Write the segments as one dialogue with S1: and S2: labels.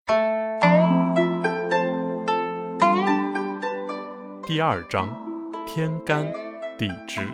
S1: 第2章，天干地支。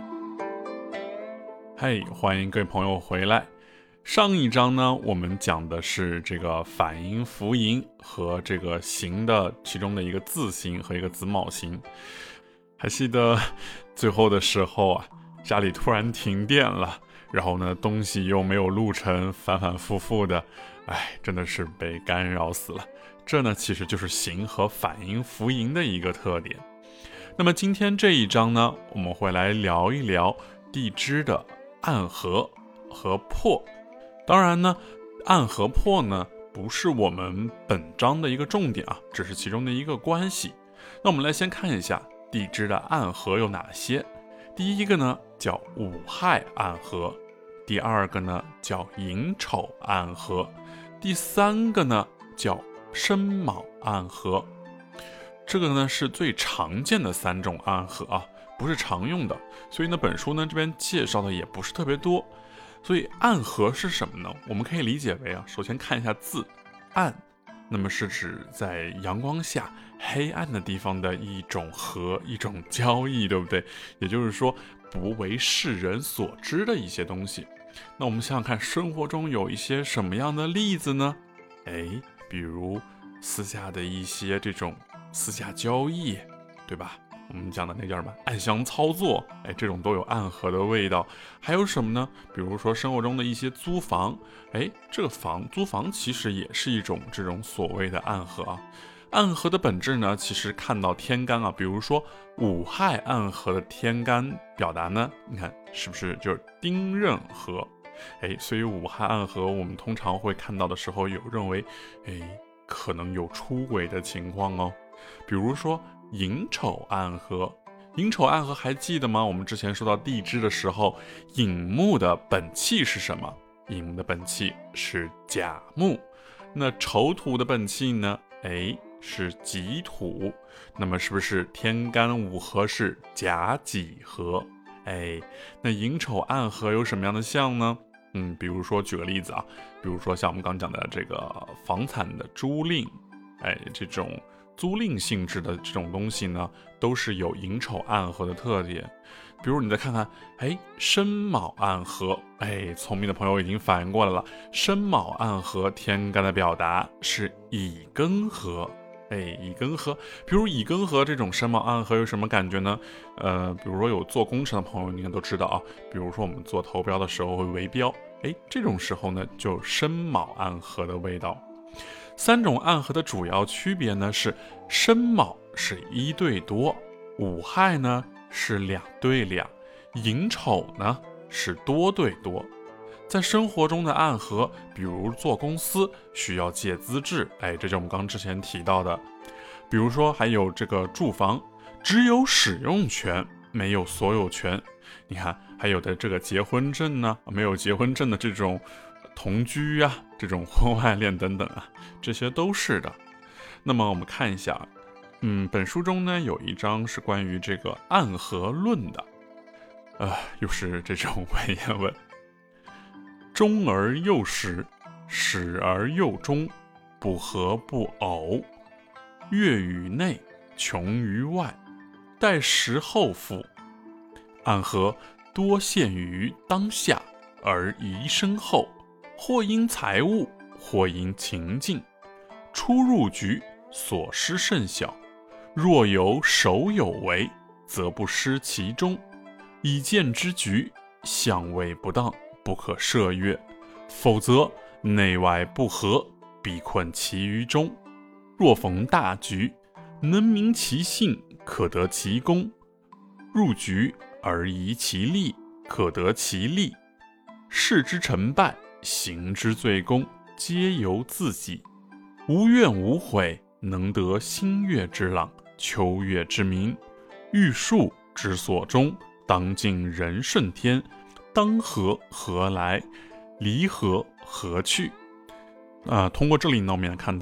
S1: 欢迎各位朋友回来。上一章呢，我们讲的是这个反音辅音和这个形的其中的一个字形和一个子卯形。还记得最后的时候啊，家里突然停电了，然后呢东西又没有录成，反反复复的，真的是被干扰死了。这呢其实就是形和反音辅音的一个特点。那么今天这一章呢，我们会来聊一聊地支的暗合和破。当然呢，暗和破呢不是我们本章的一个重点啊，只是其中的一个关系。那我们来先看一下地支的暗合有哪些。第一个呢叫午亥暗合，第二个呢叫寅丑暗合，第三个呢叫申卯暗合。这个呢是最常见的3种暗合啊，不是常用的，所以呢本书呢这边介绍的也不是特别多。所以暗合是什么呢？我们可以理解为首先看一下字，暗，那么是指在阳光下黑暗的地方的一种合，一种交易，对不对？也就是说不为世人所知的一些东西。那我们想想看，生活中有一些什么样的例子呢？比如私下的一些这种私下交易，对吧？我们讲的那叫什么暗箱操作，这种都有暗合的味道。还有什么呢？比如说生活中的一些租房，这个租房其实也是一种这种所谓的暗合啊。暗合的本质呢，其实看到天干啊，比如说午亥暗合的天干表达呢，你看是不是就是丁壬合？所以午亥暗合我们通常会看到的时候，有认为可能有出轨的情况哦。比如说寅丑暗合，寅丑暗合还记得吗？我们之前说到地支的时候，寅木的本气是什么？寅木的本气是甲木。那丑土的本气呢？是己土。那么是不是天干午合是甲己合？那寅丑暗合有什么样的象呢？比如说举个例子啊，比如说像我们刚讲的这个房产的租赁，这种租赁性质的这种东西呢，都是有寅丑暗合的特点。比如你再看看，申卯暗合，聪明的朋友已经反应过来了，申卯暗合天干的表达是乙庚合。乙庚合，比如乙庚合这种申卯暗合有什么感觉呢？比如说有做工程的朋友应该都知道啊，比如说我们做投标的时候会围标，这种时候呢就申卯暗合的味道。3种暗合的主要区别呢是申卯是1对多，午亥呢是2对2，寅丑呢是多对多。在生活中的暗合，比如做公司需要借资质，这就是我们刚之前提到的。比如说还有这个住房，只有使用权没有所有权。你看还有的这个结婚证呢，没有结婚证的这种同居啊，这种婚外恋等等啊，这些都是的。那么我们看一下，本书中呢有一章是关于这个暗合论的，又是这种文言文。中而又始，始而又终，不和不偶，悦于内，穷于外，待时后复。暗合多现于当下，而宜身后，或因财物，或因情境，出入局所失甚小，若有守有为，则不失其中。以见之局，相位不当，不可涉越，否则内外不和，必困其于中。若逢大局，能明其性，可得其功。入局而宜其利，可得其利。事之成败，行之最功，皆由自己。无怨无悔，能得新月之朗，秋月之明。欲术之所终，当尽人顺天。当和何来，离合何去。通过这里呢，我们也看到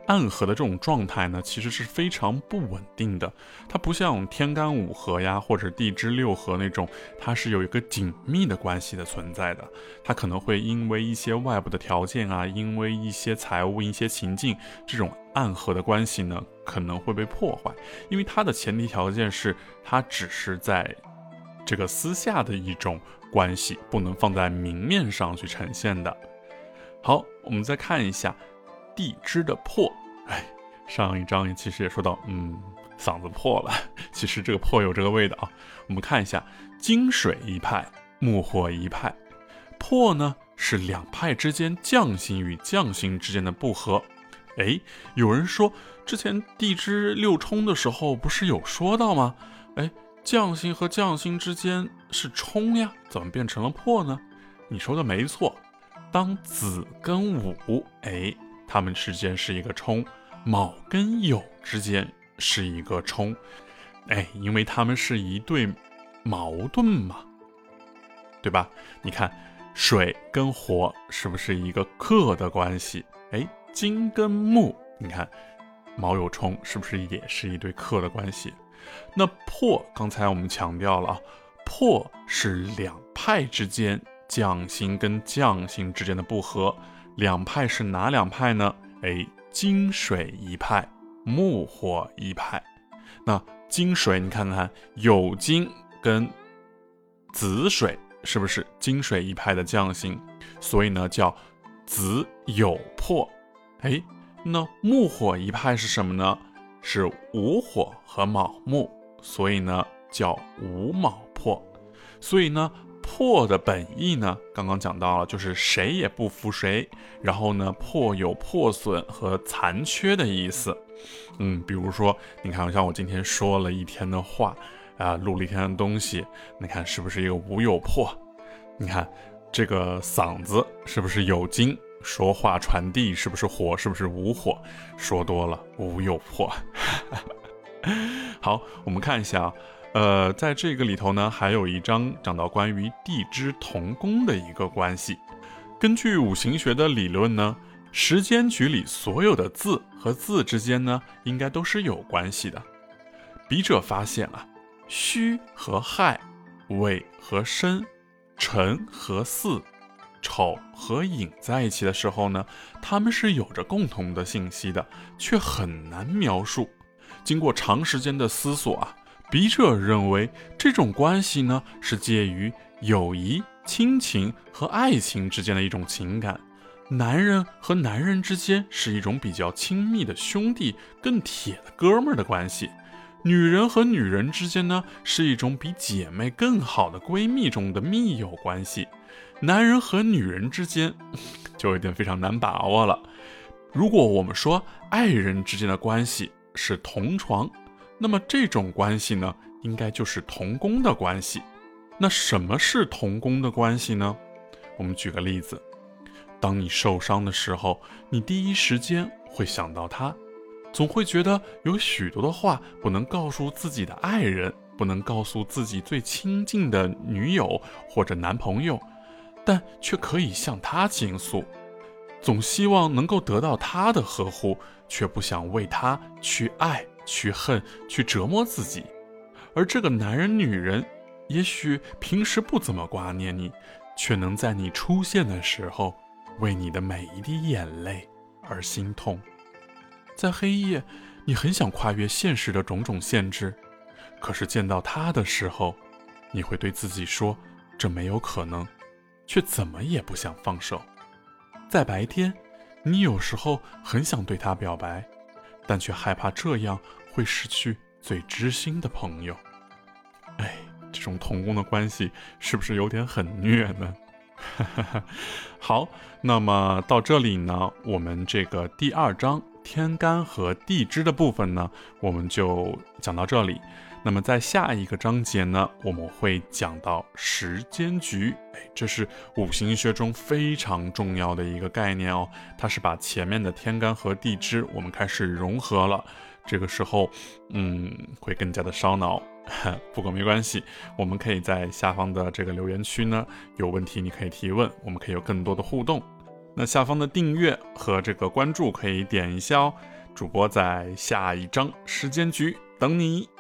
S1: 暗合的这种状态呢，其实是非常不稳定的。它不像天干五合呀，或者地支六合那种，它是有一个紧密的关系的存在的。它可能会因为一些外部的条件啊，因为一些财务、一些情境，这种暗合的关系呢，可能会被破坏。因为它的前提条件是，它只是在这个私下的一种关系，不能放在明面上去呈现的。好，我们再看一下地支的破。上一章其实也说到，嗓子破了。其实这个破有这个味道啊。我们看一下金水一派，木火一派。破呢是两派之间将星与将星之间的不合。有人说之前地支六冲的时候不是有说到吗？将星和将星之间是冲呀，怎么变成了破呢？你说的没错，当子跟午，他们之间是一个冲，卯跟酉之间是一个冲，因为他们是一对矛盾嘛，对吧？你看水跟火是不是一个克的关系？金跟木，你看卯酉冲是不是也是一对克的关系？那破刚才我们强调了，破是两派之间将星跟将星之间的不合。两派是哪两派呢？金水一派，木火一派。那金水你看看，酉金跟子水是不是金水一派的将星？所以呢叫子酉破。那木火一派是什么呢？是午火和卯木，所以呢叫午卯破。所以呢破的本意呢，刚刚讲到了，就是谁也不服谁，然后呢破有破损和残缺的意思。比如说你看像我今天说了一天的话录了一天的东西，你看是不是一个午有破？你看这个嗓子是不是有金？说话传递是不是火？是不是午火？说多了午有破。好，我们看一下在这个里头呢，还有一章讲到关于地支同宫的一个关系。根据五行学的理论呢，时间局里所有的字和字之间呢，应该都是有关系的。笔者发现戌和亥，未和申，辰和巳，丑和寅在一起的时候呢，它们是有着共同的信息的，却很难描述。经过长时间的思索笔者认为这种关系呢，是介于友谊、亲情和爱情之间的一种情感。男人和男人之间是一种比较亲密的兄弟、更铁的哥们儿的关系。女人和女人之间呢，是一种比姐妹更好的闺蜜中的密友关系。男人和女人之间就有点非常难把握了。如果我们说爱人之间的关系是同床，那么这种关系呢，应该就是同宫的关系。那什么是同宫的关系呢？我们举个例子，当你受伤的时候，你第一时间会想到他，总会觉得有许多的话不能告诉自己的爱人，不能告诉自己最亲近的女友或者男朋友，但却可以向他倾诉。总希望能够得到他的呵护，却不想为他去爱、去恨、去折磨自己。而这个男人女人也许平时不怎么挂念你，却能在你出现的时候为你的每一滴眼泪而心痛。在黑夜，你很想跨越现实的种种限制，可是见到他的时候，你会对自己说这没有可能，却怎么也不想放手。在白天，你有时候很想对他表白，但却害怕这样会失去最知心的朋友。这种同宫的关系是不是有点很虐呢？好，那么到这里呢，我们这个第二章天干和地支的部分呢，我们就讲到这里。那么在下一个章节呢，我们会讲到时间局，这是五行学中非常重要的一个概念哦。它是把前面的天干和地支我们开始融合了，这个时候会更加的烧脑。不过没关系，我们可以在下方的这个留言区呢，有问题你可以提问，我们可以有更多的互动。 那下方的订阅和这个关注可以点一下哦。主播在下一章时间局等你。